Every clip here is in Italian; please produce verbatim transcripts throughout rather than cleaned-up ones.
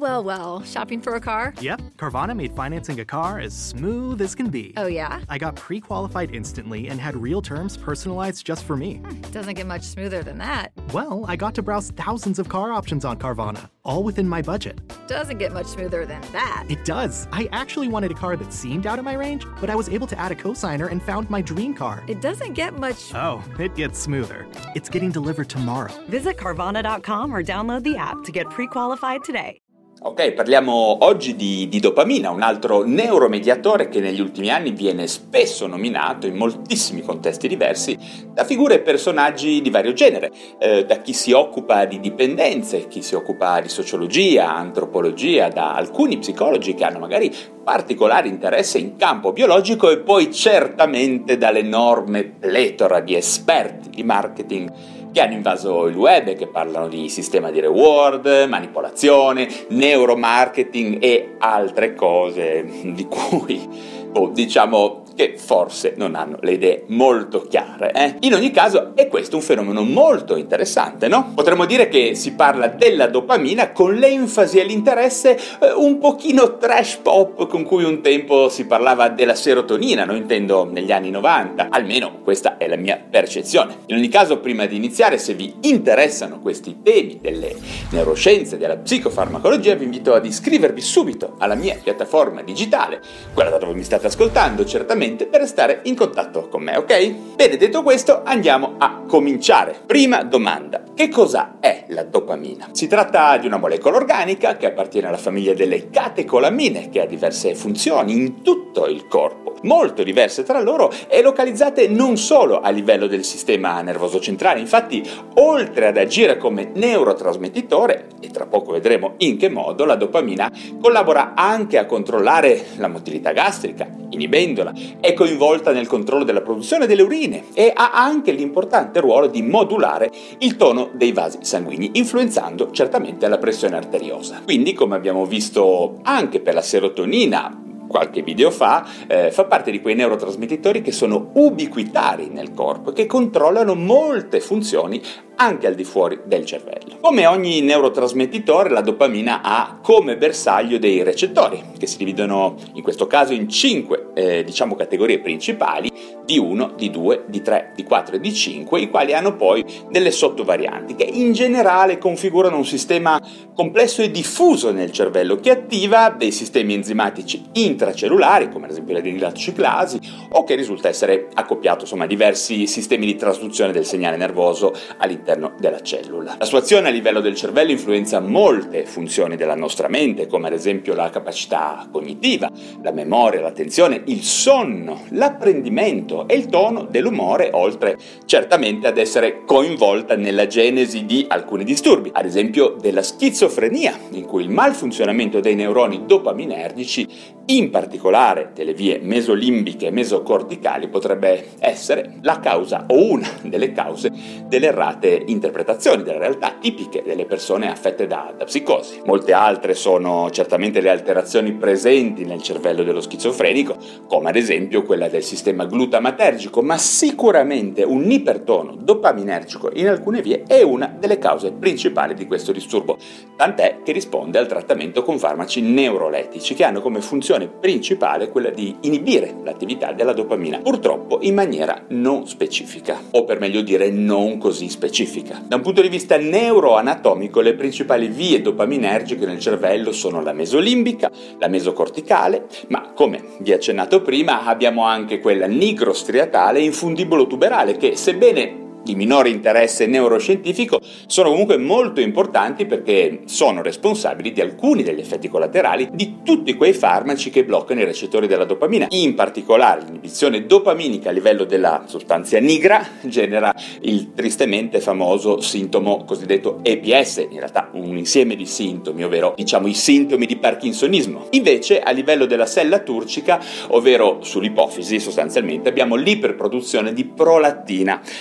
well, well. Shopping for a car? Yep, Carvana made financing a car as smooth as can be. Oh, yeah? I got pre-qualified instantly and had real terms personalized just for me. Hmm, doesn't get much smoother than that. Well, I got to browse thousands of car options on Carvana, all within my budget. Doesn't get much smoother than that. It does. I actually wanted a car that seemed out of my range, but I was able to add a cosigner and found my dream car. It doesn't get much... Oh, it gets smoother. It's getting delivered tomorrow. Visit Carvana dot com or download the app to get pre-qualified today. Ok, parliamo oggi di, di dopamina, un altro neuromediatore che negli ultimi anni viene spesso nominato in moltissimi contesti diversi da figure e personaggi di vario genere, eh, da chi si occupa di dipendenze, chi si occupa di sociologia, antropologia, da alcuni psicologi che hanno magari particolare interesse in campo biologico e poi certamente dall'enorme pletora di esperti di marketing che hanno invaso il web e che parlano di sistema di reward, manipolazione, neuromarketing e altre cose di cui, boh, diciamo che forse non hanno le idee molto chiare. Eh? In ogni caso è questo un fenomeno molto interessante, no? Potremmo dire che si parla della dopamina con l'enfasi e l'interesse eh, un pochino trash pop con cui un tempo si parlava della serotonina, no? Intendo negli anni novanta, almeno questa è la mia percezione. In ogni caso, prima di iniziare, se vi interessano questi temi delle neuroscienze, della psicofarmacologia, vi invito ad iscrivervi subito alla mia piattaforma digitale, quella da dove mi state ascoltando, certamente, per restare in contatto con me, ok? Bene, detto questo, andiamo a cominciare. Prima domanda: che cosa è la dopamina? Si tratta di una molecola organica che appartiene alla famiglia delle catecolamine, che ha diverse funzioni in tutto il corpo, molto diverse tra loro e localizzate non solo a livello del sistema nervoso centrale. Infatti, oltre ad agire come neurotrasmettitore, e tra poco vedremo in che modo, la dopamina collabora anche a controllare la motilità gastrica, inibendola, è coinvolta nel controllo della produzione delle urine e ha anche l'importante ruolo di modulare il tono dei vasi sanguigni, influenzando certamente la pressione arteriosa. Quindi, come abbiamo visto anche per la serotonina qualche video fa, eh, fa parte di quei neurotrasmettitori che sono ubiquitari nel corpo e che controllano molte funzioni anche al di fuori del cervello. Come ogni neurotrasmettitore, la dopamina ha come bersaglio dei recettori, che si dividono in questo caso in cinque eh, diciamo categorie principali, D uno, D due, D tre, D quattro e D cinque, i quali hanno poi delle sottovarianti che in generale configurano un sistema complesso e diffuso nel cervello che attiva dei sistemi enzimatici intracellulari, come ad esempio la denilatociclasi, o che risulta essere accoppiato insomma a diversi sistemi di trasduzione del segnale nervoso all'interno della cellula. La sua azione a livello del cervello influenza molte funzioni della nostra mente, come ad esempio la capacità cognitiva, la memoria, l'attenzione, il sonno, l'apprendimento e il tono dell'umore, oltre certamente ad essere coinvolta nella genesi di alcuni disturbi, ad esempio della schizofrenia, in cui il malfunzionamento dei neuroni dopaminergici, in particolare delle vie mesolimbiche e mesocorticali, potrebbe essere la causa o una delle cause delle errate interpretazioni della realtà tipiche delle persone affette da, da psicosi. Molte altre sono certamente le alterazioni presenti nel cervello dello schizofrenico, come ad esempio quella del sistema glutamatergico, ma sicuramente un ipertono dopaminergico in alcune vie è una delle cause principali di questo disturbo, tant'è che risponde al trattamento con farmaci neurolettici che hanno come funzione principale quella di inibire l'attività della dopamina, purtroppo in maniera non specifica, o per meglio dire non così specifica. Da un punto di vista neuroanatomico, le principali vie dopaminergiche nel cervello sono la mesolimbica, la mesocorticale, ma come vi accennato prima abbiamo anche quella nigrostriatale e infundibolo tuberale che, sebbene di minore interesse neuroscientifico, sono comunque molto importanti perché sono responsabili di alcuni degli effetti collaterali di tutti quei farmaci che bloccano i recettori della dopamina. In particolare l'inibizione dopaminica a livello della sostanza nigra genera il tristemente famoso sintomo cosiddetto E P S, in realtà un insieme di sintomi, ovvero diciamo i sintomi di parkinsonismo. Invece a livello della sella turcica, ovvero sull'ipofisi sostanzialmente, abbiamo l'iperproduzione di prolattina, altro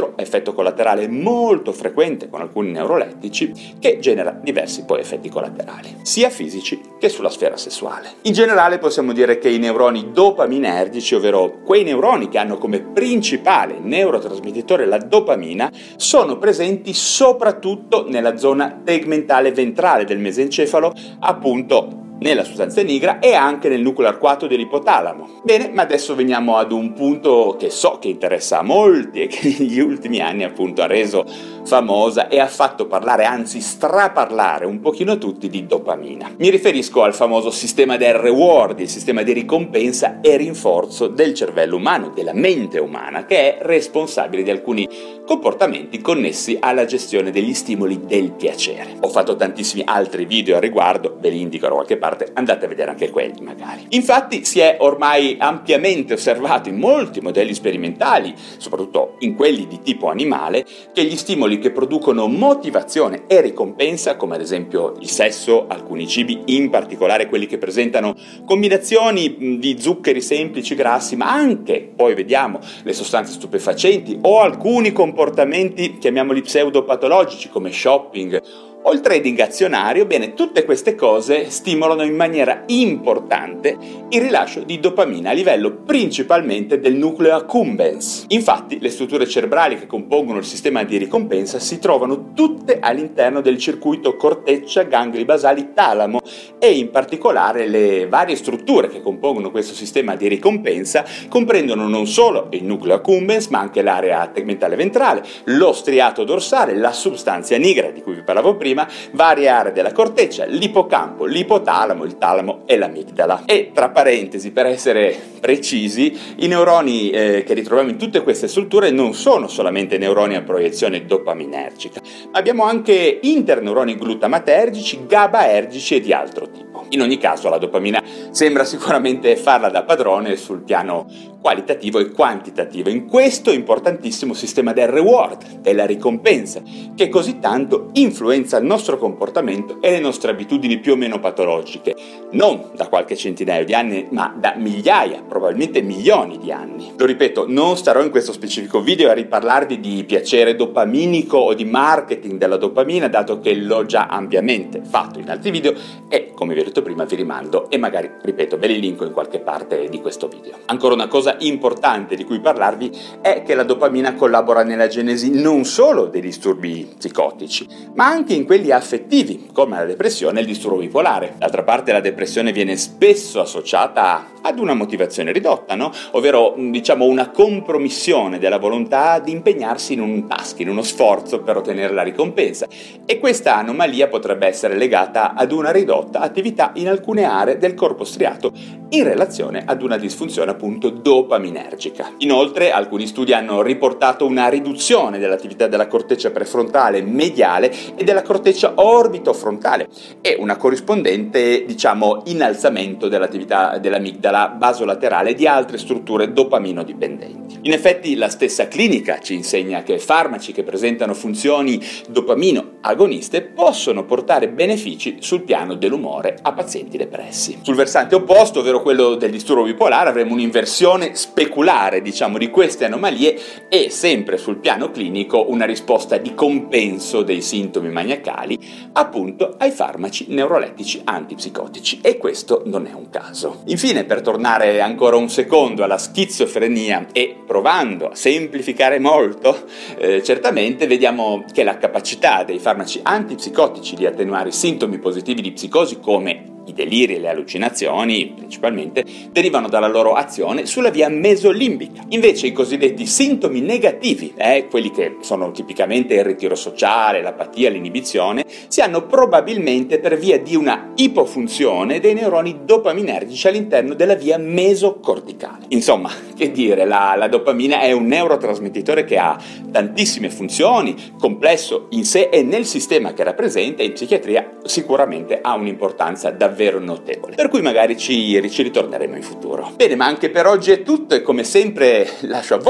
altro effetto collaterale molto frequente con alcuni neurolettici che genera diversi poi effetti collaterali, sia fisici che sulla sfera sessuale. In generale possiamo dire che i neuroni dopaminergici, ovvero quei neuroni che hanno come principale neurotrasmettitore la dopamina, sono presenti soprattutto nella zona tegmentale ventrale del mesencefalo, appunto nella sostanza nigra e anche nel nucleo arcuato dell'ipotalamo. Bene, ma adesso veniamo ad un punto che so che interessa a molti e che negli ultimi anni appunto ha reso famosa e ha fatto parlare, anzi straparlare un pochino tutti di dopamina. Mi riferisco al famoso sistema del reward, il sistema di ricompensa e rinforzo del cervello umano, della mente umana, che è responsabile di alcuni comportamenti connessi alla gestione degli stimoli del piacere. Ho fatto tantissimi altri video a riguardo, ve li indico da qualche parte, andate a vedere anche quelli magari. Infatti si è ormai ampiamente osservato in molti modelli sperimentali, soprattutto in quelli di tipo animale, che gli stimoli che producono motivazione e ricompensa, come ad esempio il sesso, alcuni cibi, in particolare quelli che presentano combinazioni di zuccheri semplici, grassi, ma anche, poi vediamo, le sostanze stupefacenti o alcuni comportamenti, chiamiamoli pseudopatologici, come shopping o il trading azionario, bene, tutte queste cose stimolano in maniera importante il rilascio di dopamina a livello principalmente del nucleo accumbens. Infatti, le strutture cerebrali che compongono il sistema di ricompensa si trovano tutte all'interno del circuito corteccia, gangli basali, talamo, e in particolare le varie strutture che compongono questo sistema di ricompensa comprendono non solo il nucleo accumbens, ma anche l'area tegmentale ventrale, lo striato dorsale, la substanza nigra di cui vi parlavo prima, varie aree della corteccia, l'ippocampo, l'ipotalamo, il talamo e l'amigdala. E tra parentesi, per essere precisi, i neuroni eh, che ritroviamo in tutte queste strutture non sono solamente neuroni a proiezione dopaminergica, ma abbiamo anche interneuroni glutamatergici, GABAergici e di altro tipo. In ogni caso la dopamina sembra sicuramente farla da padrone sul piano qualitativo e quantitativo in questo importantissimo sistema del reward, della ricompensa, che così tanto influenza il nostro comportamento e le nostre abitudini più o meno patologiche, non da qualche centinaio di anni, ma da migliaia, probabilmente milioni di anni. Lo ripeto, non starò in questo specifico video a riparlarvi di piacere dopaminico o di marketing della dopamina, dato che l'ho già ampiamente fatto in altri video e, come vi ho detto prima, vi rimando e magari, ripeto, ve li linko in qualche parte di questo video. Ancora una cosa importante di cui parlarvi è che la dopamina collabora nella genesi non solo dei disturbi psicotici, ma anche in quelli affettivi, come la depressione e il disturbo bipolare. D'altra parte la depressione viene spesso associata ad una motivazione ridotta, no? Ovvero, diciamo, una compromissione della volontà di impegnarsi in un task, in uno sforzo per ottenere la ricompensa. E questa anomalia potrebbe essere legata ad una ridotta attività in alcune aree del corpo striato in relazione ad una disfunzione appunto dopaminergica. Inoltre, alcuni studi hanno riportato una riduzione dell'attività della corteccia prefrontale mediale e della corteccia orbitofrontale e una corrispondente, diciamo, innalzamento dell'attività dell'amigdala basolaterale e di altre strutture dopamino dipendenti. In effetti la stessa clinica ci insegna che farmaci che presentano funzioni dopamino agoniste possono portare benefici sul piano dell'umore a pazienti depressi. Sul versante opposto, ovvero quello del disturbo bipolare, avremo un'inversione speculare, diciamo, di queste anomalie e sempre sul piano clinico una risposta di compenso dei sintomi maniacali appunto ai farmaci neurolettici antipsicotici, e questo non è un caso. Infine, per tornare ancora un secondo alla schizofrenia e provando a semplificare molto, eh, certamente vediamo che la capacità dei farmaci antipsicotici di attenuare sintomi positivi di psicosi come i deliri e le allucinazioni, principalmente, derivano dalla loro azione sulla via mesolimbica. Invece i cosiddetti sintomi negativi, eh, quelli che sono tipicamente il ritiro sociale, l'apatia, l'inibizione, si hanno probabilmente per via di una ipofunzione dei neuroni dopaminergici all'interno della via mesocorticale. Insomma, che dire, la, la dopamina è un neurotrasmettitore che ha tantissime funzioni, complesso in sé e nel sistema che rappresenta, e in psichiatria sicuramente ha un'importanza davvero davvero notevole, per cui magari ci, ci ritorneremo in futuro. Bene, ma anche per oggi è tutto e come sempre lascio a voi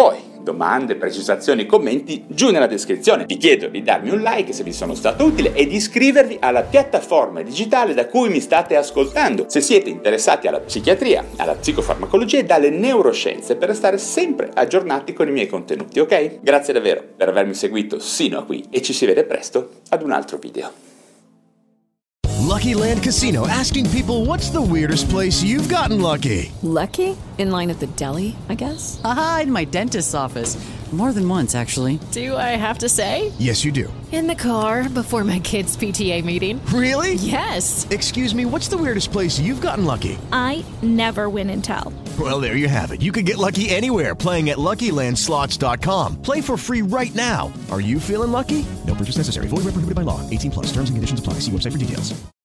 domande, precisazioni, commenti giù nella descrizione. Vi chiedo di darmi un like se vi sono stato utile e di iscrivervi alla piattaforma digitale da cui mi state ascoltando se siete interessati alla psichiatria, alla psicofarmacologia e alle neuroscienze, per restare sempre aggiornati con i miei contenuti, ok? Grazie davvero per avermi seguito sino a qui e ci si vede presto ad un altro video. Lucky Land Casino, asking people, what's the weirdest place you've gotten lucky? Lucky? In line at the deli, I guess? Aha, in my dentist's office. More than once, actually. Do I have to say? Yes, you do. In the car before my kids' P T A meeting. Really? Yes. Excuse me, what's the weirdest place you've gotten lucky? I never win and tell. Well, there you have it. You can get lucky anywhere, playing at Lucky Land Slots dot com. Play for free right now. Are you feeling lucky? No purchase necessary. Void where prohibited by law. eighteen plus. Terms and conditions apply. See website for details.